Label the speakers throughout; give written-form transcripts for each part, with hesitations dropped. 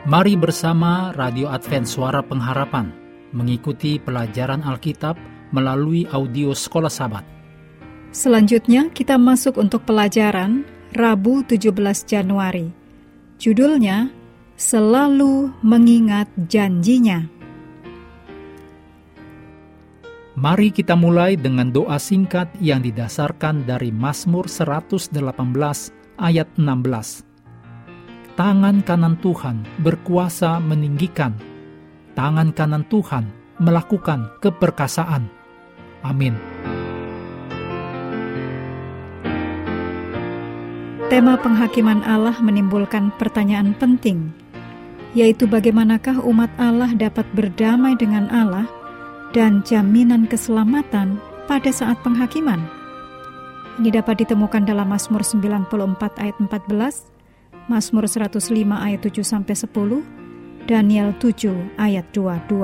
Speaker 1: Mari bersama Radio Advent Suara Pengharapan mengikuti pelajaran Alkitab melalui audio Sekolah Sabat.
Speaker 2: Selanjutnya kita masuk untuk pelajaran Rabu 17 Januari. Judulnya, Selalu Mengingat Janjinya.
Speaker 1: Mari kita mulai dengan doa singkat yang didasarkan dari Mazmur 118 ayat 16. Tangan kanan Tuhan berkuasa meninggikan, tangan kanan Tuhan melakukan keperkasaan. Amin.
Speaker 2: Tema penghakiman Allah menimbulkan pertanyaan penting, yaitu bagaimanakah umat Allah dapat berdamai dengan Allah dan jaminan keselamatan pada saat penghakiman. Ini dapat ditemukan dalam Mazmur 94 ayat 14, Mazmur 105 ayat 7-10, Daniel 7 ayat 22.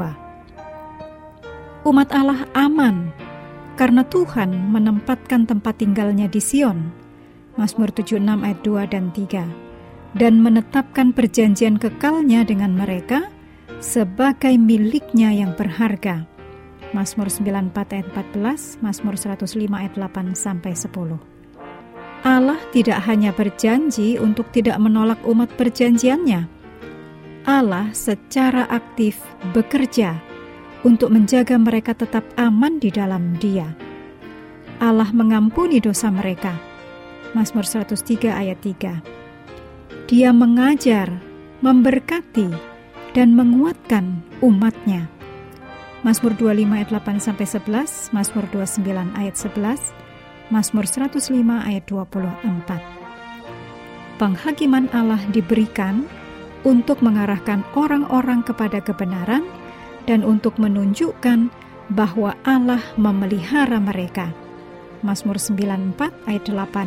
Speaker 2: Umat Allah aman karena Tuhan menempatkan tempat tinggalnya di Sion, Mazmur 76 ayat 2 dan 3, dan menetapkan perjanjian kekalnya dengan mereka sebagai miliknya yang berharga, Mazmur 94 ayat 14, Mazmur 105 ayat 8-10. Allah tidak hanya berjanji untuk tidak menolak umat perjanjiannya. Allah secara aktif bekerja untuk menjaga mereka tetap aman di dalam Dia. Allah mengampuni dosa mereka. Mazmur 103 ayat 3. Dia mengajar, memberkati, dan menguatkan umatnya. Mazmur 25 ayat 8-11, Mazmur 29 ayat 11, Mazmur 105 ayat 24. Penghakiman Allah diberikan untuk mengarahkan orang-orang kepada kebenaran dan untuk menunjukkan bahwa Allah memelihara mereka. Mazmur 94 ayat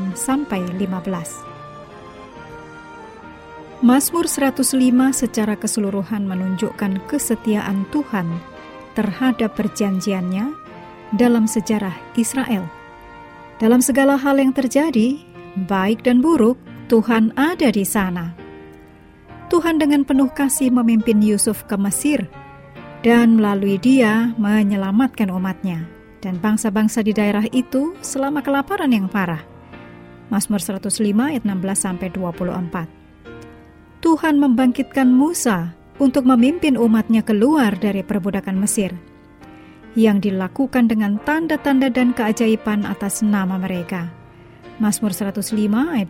Speaker 2: 8-15. Mazmur 105 secara keseluruhan menunjukkan kesetiaan Tuhan terhadap perjanjiannya dalam sejarah Israel. Dalam segala hal yang terjadi, baik dan buruk, Tuhan ada di sana. Tuhan dengan penuh kasih memimpin Yusuf ke Mesir, dan melalui dia menyelamatkan umatnya dan bangsa-bangsa di daerah itu selama kelaparan yang parah. Mazmur 105 ayat 16-24. Tuhan membangkitkan Musa untuk memimpin umatnya keluar dari perbudakan Mesir, yang dilakukan dengan tanda-tanda dan keajaiban atas nama mereka. Mazmur 105 ayat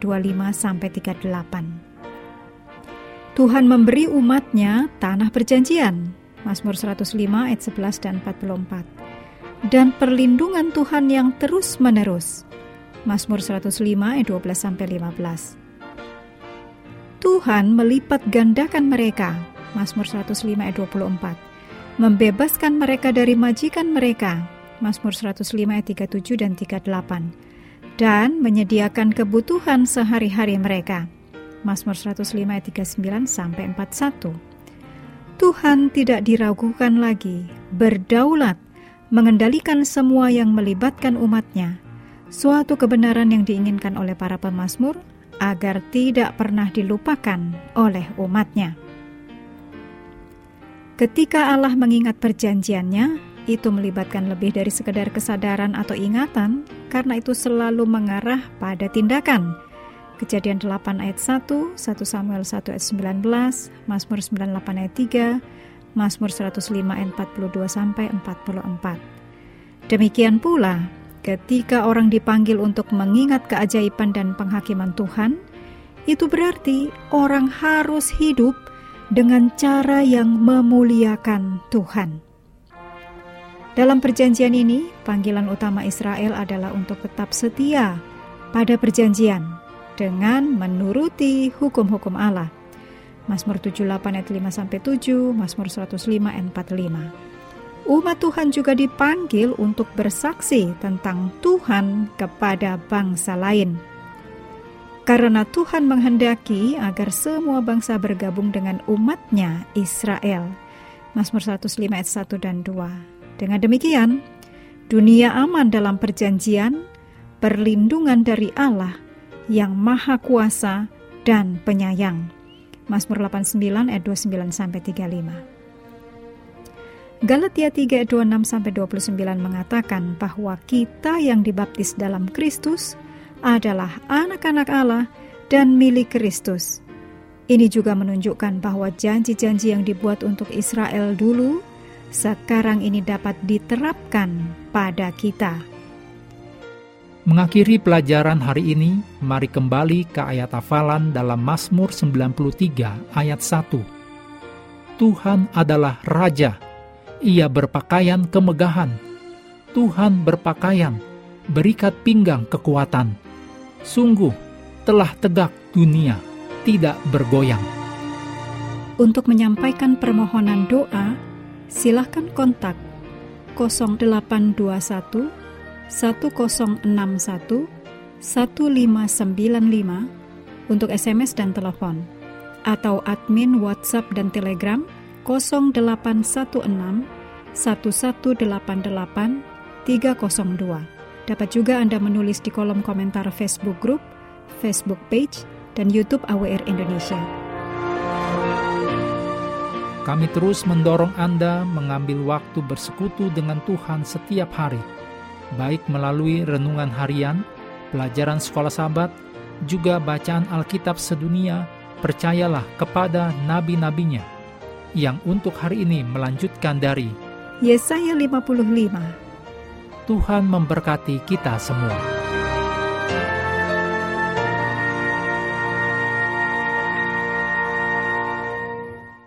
Speaker 2: 25-38. Tuhan memberi umatnya tanah perjanjian. Mazmur 105 ayat 11 dan 44. Dan perlindungan Tuhan yang terus-menerus. Mazmur 105 ayat 12-15. Tuhan melipat gandakan mereka. Mazmur 105 ayat 24. Membebaskan mereka dari majikan mereka, Mazmur 105 ayat 37 dan 38, dan menyediakan kebutuhan sehari-hari mereka, Mazmur 105 ayat 39-41. Tuhan tidak diragukan lagi, berdaulat, mengendalikan semua yang melibatkan umatnya, suatu kebenaran yang diinginkan oleh para pemazmur agar tidak pernah dilupakan oleh umatnya. Ketika Allah mengingat perjanjiannya, itu melibatkan lebih dari sekedar kesadaran atau ingatan, karena itu selalu mengarah pada tindakan. Kejadian 8 ayat 1, 1 Samuel 1 ayat 19, Mazmur 98 ayat 3, Mazmur 105 ayat 42-44. Demikian pula, ketika orang dipanggil untuk mengingat keajaiban dan penghakiman Tuhan, itu berarti orang harus hidup dengan cara yang memuliakan Tuhan. Dalam perjanjian ini, panggilan utama Israel adalah untuk tetap setia pada perjanjian dengan menuruti hukum-hukum Allah. Mazmur 78 ayat 5-7, Mazmur 105 ayat 45. Umat Tuhan juga dipanggil untuk bersaksi tentang Tuhan kepada bangsa lain. Karena Tuhan menghendaki agar semua bangsa bergabung dengan umatnya Israel. Mazmur 105 ayat 1 dan 2. Dengan demikian, dunia aman dalam perjanjian, perlindungan dari Allah yang Maha Kuasa dan Penyayang. Mazmur 89 ayat 29-35. Galatia 3 ayat 26-29 mengatakan bahwa kita yang dibaptis dalam Kristus adalah anak-anak Allah dan milik Kristus. Ini juga menunjukkan bahwa janji-janji yang dibuat untuk Israel dulu, sekarang ini dapat diterapkan pada kita.
Speaker 1: Mengakhiri pelajaran hari ini, mari kembali ke ayat hafalan dalam Mazmur 93 ayat 1. Tuhan adalah Raja, Ia berpakaian kemegahan. Tuhan berpakaian, berikat pinggang kekuatan. Sungguh telah tegak dunia, tidak bergoyang.
Speaker 2: Untuk menyampaikan permohonan doa, silakan kontak 0821 1061 1595 untuk SMS dan telepon, atau admin WhatsApp dan Telegram 0816 1188 302. Dapat juga Anda menulis di kolom komentar Facebook Group, Facebook Page, dan YouTube AWR Indonesia.
Speaker 1: Kami terus mendorong Anda mengambil waktu bersekutu dengan Tuhan setiap hari, baik melalui renungan harian, pelajaran sekolah Sabat, juga bacaan Alkitab sedunia. Percayalah kepada nabi-nabinya, yang untuk hari ini melanjutkan dari
Speaker 2: Yesaya 55.
Speaker 1: Tuhan memberkati kita semua.